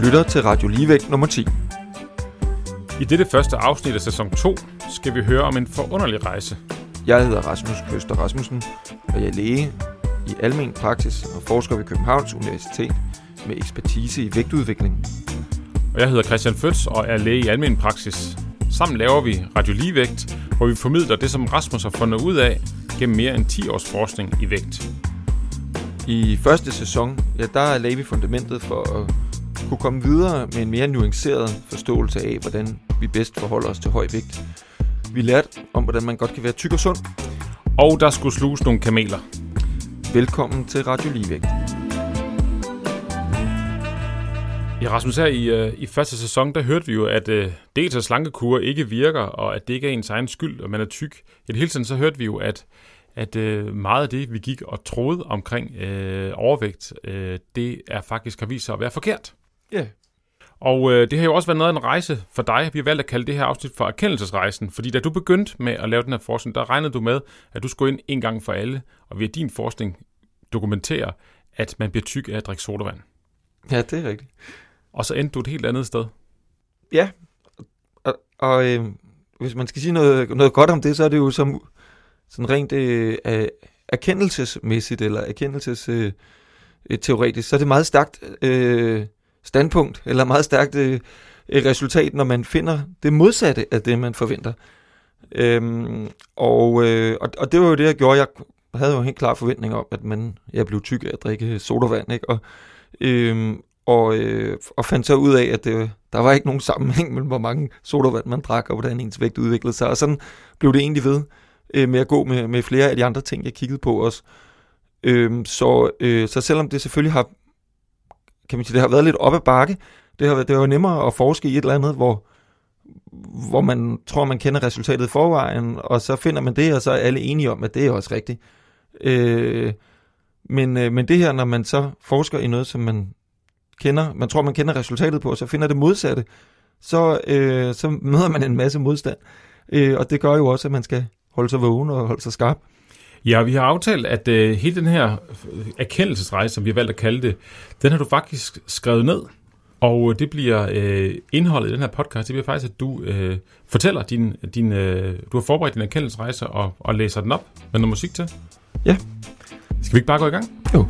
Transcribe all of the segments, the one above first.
lytter til Radio Ligevægt nummer 10. I dette første afsnit af sæson 2 skal vi høre om en forunderlig rejse. Jeg hedder Rasmus Køster Rasmussen, og jeg er læge i almen praksis og forsker ved Københavns Universitet med ekspertise i vægtudvikling. Og jeg hedder Christian Føtz og er læge i almen praksis. Sammen laver vi Radio Ligevægt, hvor vi formidler det, som Rasmus har fundet ud af gennem mere end 10 års forskning i vægt. I første sæson, der lagde vi fundamentet for at kunne komme videre med en mere nuanceret forståelse af, hvordan vi bedst forholder os til høj vægt. Vi lærte om, hvordan man godt kan være tyk og sund. Og der skulle sluges nogle kameler. Velkommen til Radio Ligevægt. Ja, Rasmus, her i første sæson, der hørte vi jo, at dels at slankekur ikke virker, og at det ikke er ens egen skyld, og man er tyk. I det hele tiden så hørte vi jo, at meget af det, vi gik og troede omkring overvægt, det er faktisk har vist sig at være forkert. Ja. Yeah. Og det har jo også været noget af en rejse for dig. Vi har valgt at kalde det her afsnit for erkendelsesrejsen, fordi da du begyndte med at lave den her forskning, der regnede du med, at du skulle ind en gang for alle, og via din forskning dokumentere, at man bliver tyk af at drikke sodavand. Ja, det er rigtigt. Og så endte du et helt andet sted. Ja, og hvis man skal sige noget godt om det, så er det jo som sådan rent erkendelsesmæssigt eller erkendelsesteoretisk, så er det meget stærkt standpunkt, eller meget stærkt resultat, når man finder det modsatte af det, man forventer. Og det var jo det, jeg gjorde. Jeg havde jo en helt klar forventning om, at jeg blev tyk af at drikke sodavand, ikke? Og fandt så ud af, at der var ikke nogen sammenhæng mellem, hvor mange sodavand man drak, og hvordan ens vægt udviklede sig. Og sådan blev det egentlig ved med at gå med flere af de andre ting, jeg kiggede på også. Så selvom det selvfølgelig har, kan man sige, det har været lidt op ad bakke, det har jo nemmere at forske i et eller andet, hvor man tror, man kender resultatet i forvejen, og så finder man det, og så er alle enige om, at det er også rigtigt. Men det her, når man så forsker i noget, som man tror, man kender resultatet på, og så finder det modsatte, så møder man en masse modstand. Og det gør jo også, at man skal holde sig vågen og holde sig skarp. Ja, vi har aftalt, at hele den her erkendelsesrejse, som vi har valgt at kalde det, den har du faktisk skrevet ned. Og det bliver indholdet i den her podcast, det bliver faktisk, at du fortæller du har forberedt din erkendelsesrejse og læser den op med noget musik til. Ja. Skal vi ikke bare gå i gang? Jo.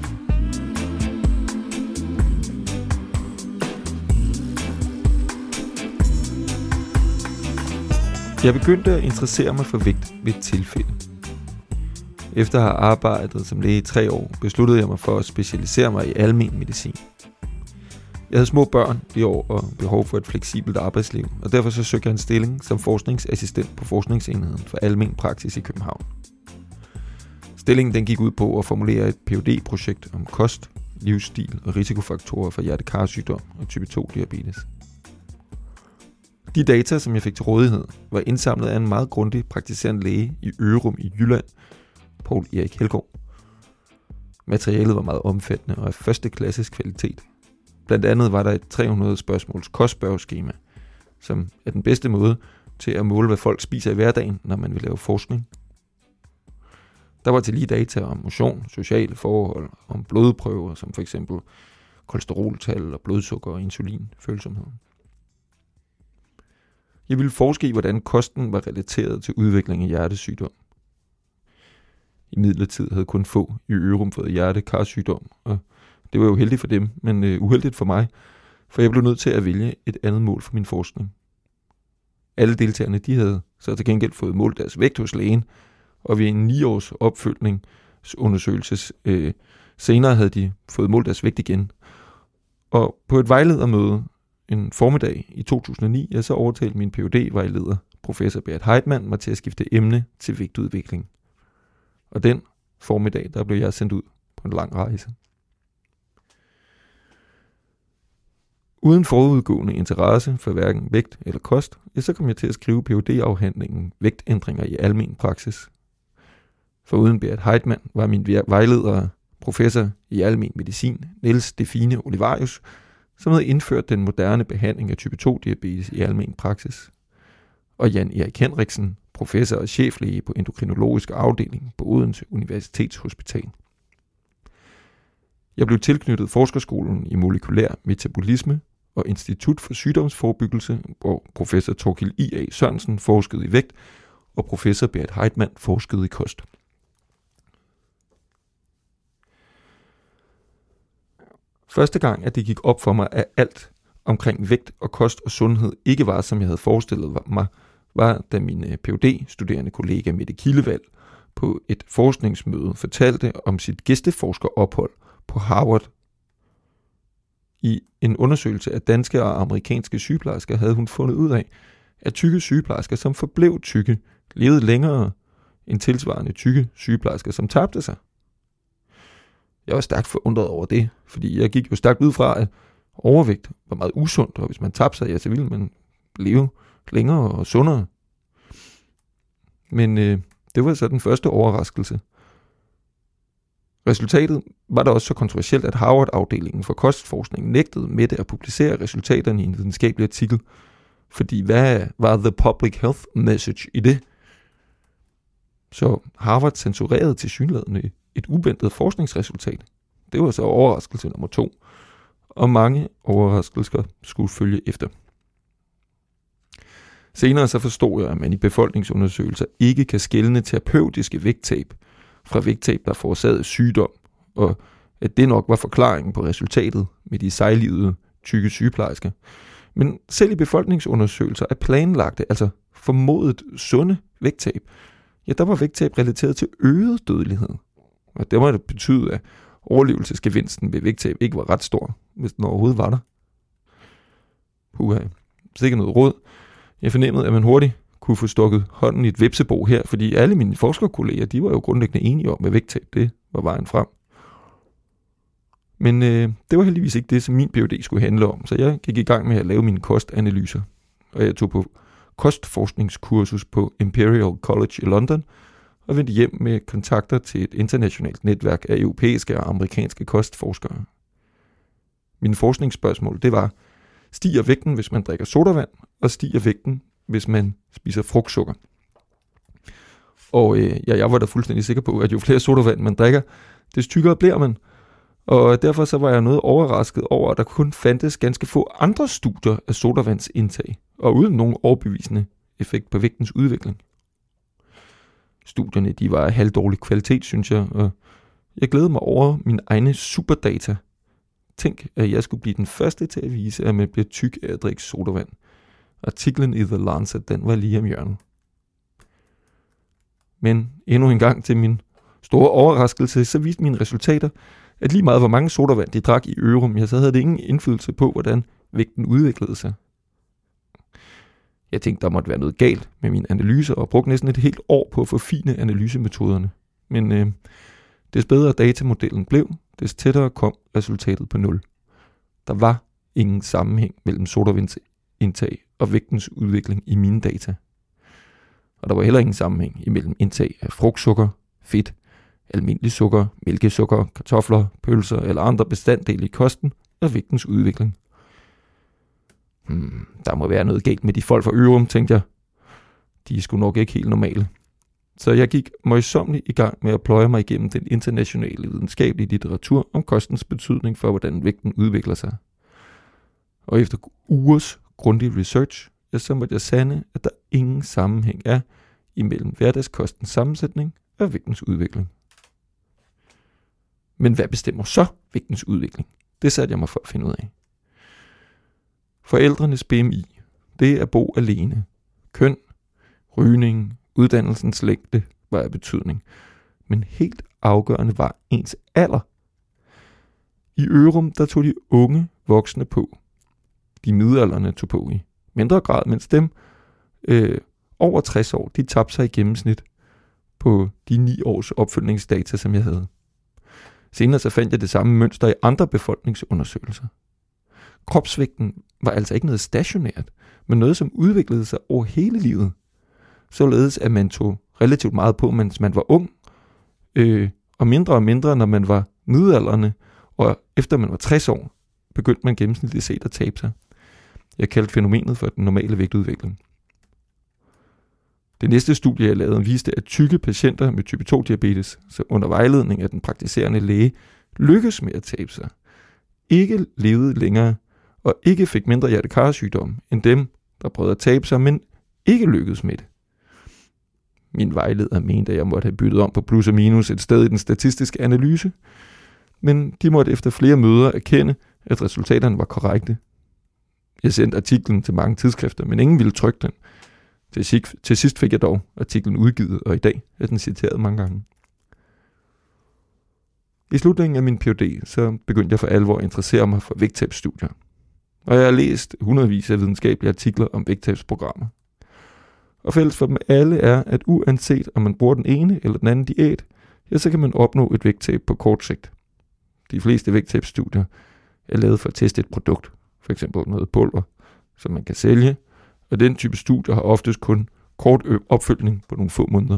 Jeg begyndte at interessere mig for vægt ved et tilfælde. Efter at have arbejdet som læge i 3 år, besluttede jeg mig for at specialisere mig i almen medicin. Jeg havde små børn i år og behov for et fleksibelt arbejdsliv, og derfor så søgte jeg en stilling som forskningsassistent på forskningsenheden for almen praksis i København. Stillingen den gik ud på at formulere et Ph.D.-projekt om kost, livsstil og risikofaktorer for hjerte-karsygdom og type 2-diabetes. De data, som jeg fik til rådighed, var indsamlet af en meget grundig praktiserende læge i Ørum i Jylland, Poul Erik Helgaard. Materialet var meget omfattende og af første klasses kvalitet. Blandt andet var der et 300 spørgsmåls kostspørgeskema, som er den bedste måde til at måle, hvad folk spiser i hverdagen, når man vil lave forskning. Der var til lige data om motion, sociale forhold, om blodprøver, som f.eks. kolesteroltal og blodsukker og insulinfølsomhed. Jeg ville forske i, hvordan kosten var relateret til udvikling af hjertesygdom. I midlertid havde kun få i Ørum fået hjerte-karsygdom, og det var jo heldigt for dem, men uheldigt for mig, for jeg blev nødt til at vælge et andet mål for min forskning. Alle deltagerne, de havde så til gengæld fået målt deres vægt hos lægen, og ved en 9-års opfølgningsundersøgelse senere havde de fået målt deres vægt igen. Og på et vejledermøde en formiddag i 2009, så overtalte min Ph.D.-vejleder, professor Beat Heitmann, mig til at skifte emne til vægtudvikling. Og den formiddag, der blev jeg sendt ud på en lang rejse. Uden forudgående interesse for hverken vægt eller kost, så kom jeg til at skrive Ph.D.-afhandlingen Vægtændringer i almen praksis. For uden Beat Heitmann var min vejleder, professor i almen medicin, Niels Define Olivarius, som havde indført den moderne behandling af type 2-diabetes i almen praksis. Og Jan Erik Henriksen, professor og cheflæge på endokrinologisk afdeling på Odense Universitetshospital. Jeg blev tilknyttet Forskerskolen i molekylær metabolisme og Institut for Sygdomsforebyggelse, hvor professor Thorkild I.A. Sørensen forskede i vægt, og professor Beat Heitmann forskede i kost. Første gang, at det gik op for mig, at alt omkring vægt og kost og sundhed ikke var, som jeg havde forestillet mig, var, da min Ph.D.-studerende kollega Mette Kildevald på et forskningsmøde fortalte om sit gæsteforskerophold på Harvard. I en undersøgelse af danske og amerikanske sygeplejersker havde hun fundet ud af, at tykke sygeplejersker, som forblev tykke, levede længere end tilsvarende tykke sygeplejersker, som tabte sig. Jeg var stærkt forundret over det, fordi jeg gik jo stærkt ud fra, at overvægt var meget usundt, og hvis man tabte sig, ja, så ville man leve længere og sundere. Men det var så den første overraskelse. Resultatet var da også så kontroversielt, at Harvard-afdelingen for kostforskning nægtede Mette at publicere resultaterne i en videnskabelig artikel. Fordi hvad var the public health message i det? Så Harvard censurerede tilsyneladende et uventet forskningsresultat. Det var så overraskelse nummer 2. Og mange overraskelser skulle følge efter. Senere så forstod jeg, at man i befolkningsundersøgelser ikke kan skelne terapeutiske vægttab fra vægttab, der forårsagede sygdom, og at det nok var forklaringen på resultatet med de sejlivede tykke sygeplejersker. Men selv i befolkningsundersøgelser af planlagte, altså formodet sunde vægttab, ja, der var vægttab relateret til øget dødelighed. Og det må det betyde, at overlevelsesgevinsten ved vægttab ikke var ret stor, hvis den overhovedet var der. Puha, sikkert noget råd. Jeg fornemmede, at man hurtigt kunne få stukket hånden i et vepsebo her, fordi alle mine forskerkolleger, de var jo grundlæggende enige om, at vægttab, det var vejen frem. Men det var heldigvis ikke det, som min Ph.D. skulle handle om, så jeg gik i gang med at lave mine kostanalyser. Og jeg tog på kostforskningskursus på Imperial College i London, og vendte hjem med kontakter til et internationalt netværk af europæiske og amerikanske kostforskere. Mine forskningsspørgsmål, det var, stiger vægten, hvis man drikker sodavand, og stiger vægten, hvis man spiser frugtsukker? Og jeg var da fuldstændig sikker på, at jo flere sodavand man drikker, des tykkere bliver man. Og derfor så var jeg noget overrasket over, at der kun fandtes ganske få andre studier af sodavandsindtag, og uden nogen overbevisende effekt på vægtens udvikling. Studierne, de var af halvdårlig kvalitet, synes jeg, og jeg glædede mig over mine egne superdata. Tænk, at jeg skulle blive den første til at vise, at man bliver tyk af at drikke sodavand. Artiklen i The Lancet, den var lige om hjørnet. Men endnu en gang til min store overraskelse, så viste mine resultater, at lige meget hvor mange sodavand de drak i ørum, ja, så havde det ingen indflydelse på, hvordan vægten udviklede sig. Jeg tænkte, der måtte være noget galt med mine analyser, og brugte næsten et helt år på at forfine analysemetoderne. Men des bedre datamodellen blev, des tættere kom resultatet på 0. Der var ingen sammenhæng mellem sodavandsindtag og vægtens udvikling i mine data. Og der var heller ingen sammenhæng imellem indtag af frugtsukker, fedt, almindelig sukker, mælkesukker, kartofler, pølser eller andre bestanddele i kosten og vægtens udvikling. Der må være noget galt med de folk fra ørum, tænkte jeg. De er sgu nok ikke helt normale. Så jeg gik møjsommeligt i gang med at pløje mig igennem den internationale videnskabelige litteratur om kostens betydning for, hvordan vægten udvikler sig. Og efter ugers grundig research, så måtte jeg sande, at der ingen sammenhæng er imellem hverdagskostens sammensætning og vægtens udvikling. Men hvad bestemmer så vægtens udvikling? Det satte jeg mig for at finde ud af. Forældrenes BMI, det er bo alene. Køn, rygning, uddannelsens længde var af betydning. Men helt afgørende var ens alder. I ørum, der tog de unge voksne på. De midaldrende tog på i mindre grad, mens dem over 60 år, de tabte sig i gennemsnit på de 9 års opfølgningsdata, som jeg havde. Senere så fandt jeg det samme mønster i andre befolkningsundersøgelser. Kropsvægten var altså ikke noget stationært, men noget, som udviklede sig over hele livet. Således at man tog relativt meget på, mens man var ung, og mindre, når man var midaldrende, og efter man var 60 år, begyndte man gennemsnitligt set at tabe sig. Jeg kaldte fænomenet for den normale vægtudvikling. Det næste studie, jeg lavede, viste, at tykke patienter med type 2-diabetes, så under vejledning af den praktiserende læge, lykkedes med at tabe sig, ikke levede længere og ikke fik mindre hjertekarsygdom end dem, der prøvede at tabe sig, men ikke lykkedes med det. Min vejleder mente, at jeg måtte have byttet om på plus og minus et sted i den statistiske analyse, men de måtte efter flere møder erkende, at resultaterne var korrekte. Jeg sendte artiklen til mange tidsskrifter, men ingen ville trykke den. Til sidst fik jeg dog artiklen udgivet, og i dag er den citeret mange gange. I slutningen af min Ph.D. så begyndte jeg for alvor at interessere mig for vægttabsstudier. Og jeg har læst hundredvis af videnskabelige artikler om vægttabsprogrammer. Og fælles for dem alle er, at uanset om man bruger den ene eller den anden diæt, ja, så kan man opnå et vægttab på kort sigt. De fleste vægttabsstudier er lavet for at teste et produkt, f.eks. noget pulver, som man kan sælge, og den type studier har oftest kun kort opfølgning på nogle få måneder.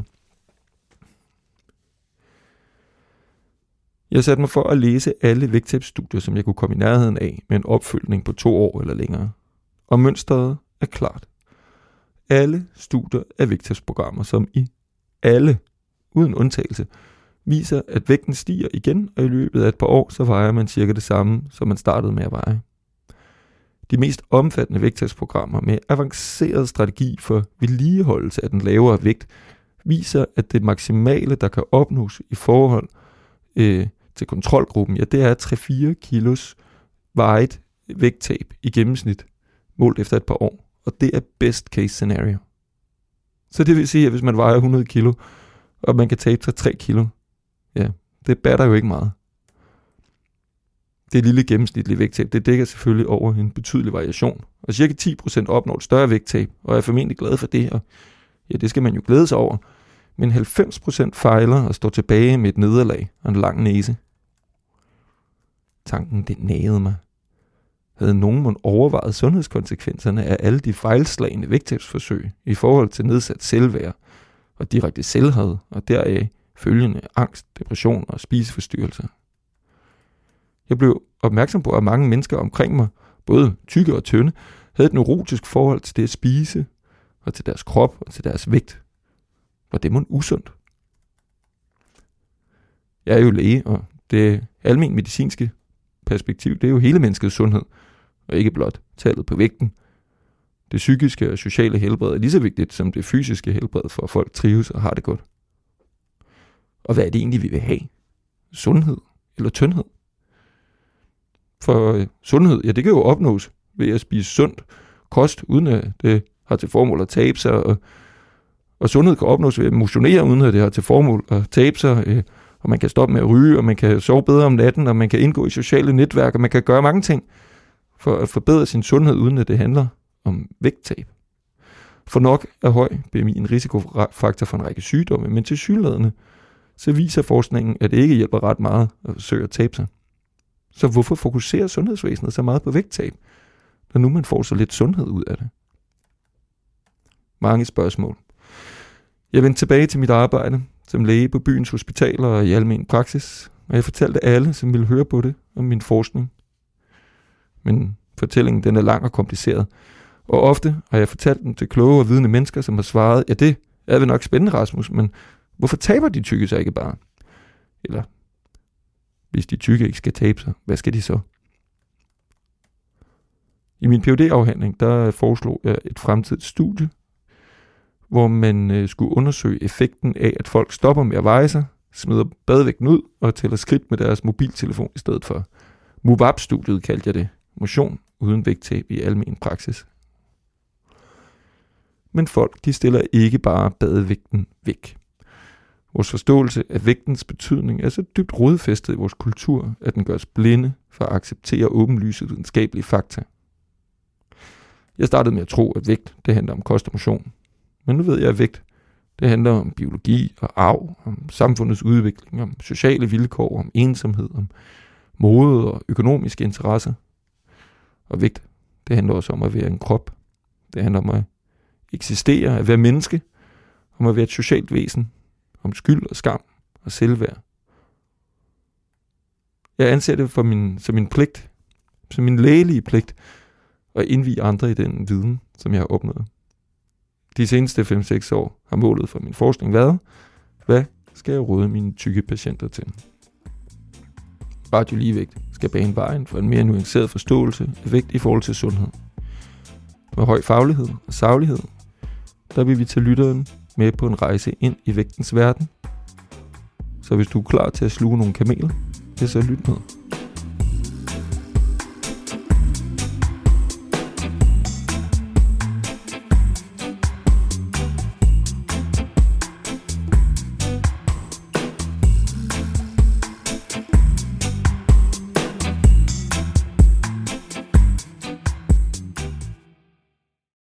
Jeg satte mig for at læse alle vægttabsstudier, som jeg kunne komme i nærheden af, med en opfølgning på 2 år eller længere. Og mønstret er klart. Alle studier af vægttabsprogrammer, som i alle, uden undtagelse, viser, at vægten stiger igen, og i løbet af et par år, så vejer man cirka det samme, som man startede med at veje. De mest omfattende vægttabsprogrammer med avanceret strategi for vedligeholdelse af den lavere vægt, viser, at det maksimale, der kan opnås i forhold til kontrolgruppen, ja, det er 3-4 kilos vejet vægttab i gennemsnit, målt efter et par år. Og det er best case scenario. Så det vil sige, at hvis man vejer 100 kilo, og man kan tabe sig 3 kilo, ja, det batter jo ikke meget. Det lille gennemsnitlige vægttab, det dækker selvfølgelig over en betydelig variation. Og cirka 10% opnår et større vægttab, og er formentlig glad for det, og ja, det skal man jo glæde sig over. Men 90% fejler og står tilbage med et nederlag og en lang næse. Tanken, det nagede mig. Havde nogen overvejet sundhedskonsekvenserne af alle de fejlslagne vægttabsforsøg i forhold til nedsat selvværd og direkte selvhad og deraf følgende angst, depression og spiseforstyrrelser? Jeg blev opmærksom på, at mange mennesker omkring mig, både tykke og tynde, havde et neurotisk forhold til det at spise og til deres krop og til deres vægt. Var det mon usundt? Jeg er jo læge, og det almen medicinske perspektiv, det er jo hele menneskets sundhed, og ikke blot tallet på vægten. Det psykiske og sociale helbred er lige så vigtigt som det fysiske helbred, for at folk trives og har det godt. Og hvad er det egentlig, vi vil have? Sundhed eller tyndhed? For sundhed, ja, det kan jo opnås ved at spise sundt kost, uden at det har til formål at tabe sig, og sundhed kan opnås ved at motionere, uden at det har til formål at tabe sig, og man kan stoppe med at ryge, og man kan sove bedre om natten, og man kan indgå i sociale netværk, og man kan gøre mange ting for at forbedre sin sundhed, uden at det handler om vægttab. For nok er høj BMI en risikofaktor for en række sygdomme, men tilsyneladende så viser forskningen, at det ikke hjælper ret meget at forsøge at tabe sig. Så hvorfor fokuserer sundhedsvæsenet så meget på vægttab, når nu man får så lidt sundhed ud af det? Mange spørgsmål. Jeg vendte tilbage til mit arbejde som læge på byens hospitaler og i almen praksis, og jeg fortalte alle, som ville høre på det, om min forskning. Men fortællingen den er lang og kompliceret, og ofte har jeg fortalt den til kloge og vidende mennesker, som har svaret, ja, det er vel nok spændende, Rasmus, men hvorfor taber de tykke sig ikke bare? Eller, hvis de tykke ikke skal tabe sig, hvad skal de så? I min Ph.D.-afhandling, der foreslog jeg et fremtidigt studie, hvor man skulle undersøge effekten af, at folk stopper med at veje sig, smider badevægten ud og tæller skridt med deres mobiltelefon i stedet for. MUVAP-studiet kaldte jeg det. Motion uden vægttab i almen praksis. Men folk, de stiller ikke bare badevægten væk. Vores forståelse af vægtens betydning er så dybt rodfæstet i vores kultur, at den gør os blinde for at acceptere åbenlyse videnskabelige fakta. Jeg startede med at tro, at vægt, det handler om kost og motion. Men nu ved jeg, at vægt, det handler om biologi og arv, om samfundets udvikling, om sociale vilkår, om ensomhed, om mode og økonomiske interesser. Og vægt, det handler også om at være en krop. Det handler om at eksistere, at være menneske, om at være et socialt væsen, om skyld og skam og selvværd. Jeg anser det som min pligt, som min lægelige pligt, at indvie andre i den viden, som jeg har opnået. De seneste 5-6 år har målet for min forskning været, hvad skal jeg råde mine tykke patienter til? Radio Ligevægt skal bane vejen for en mere nuanceret forståelse af vægt i forhold til sundhed. Med høj faglighed og saglighed, der vil vi tage lytteren med på en rejse ind i vægtens verden. Så hvis du er klar til at sluge nogle kameler, så lyt med.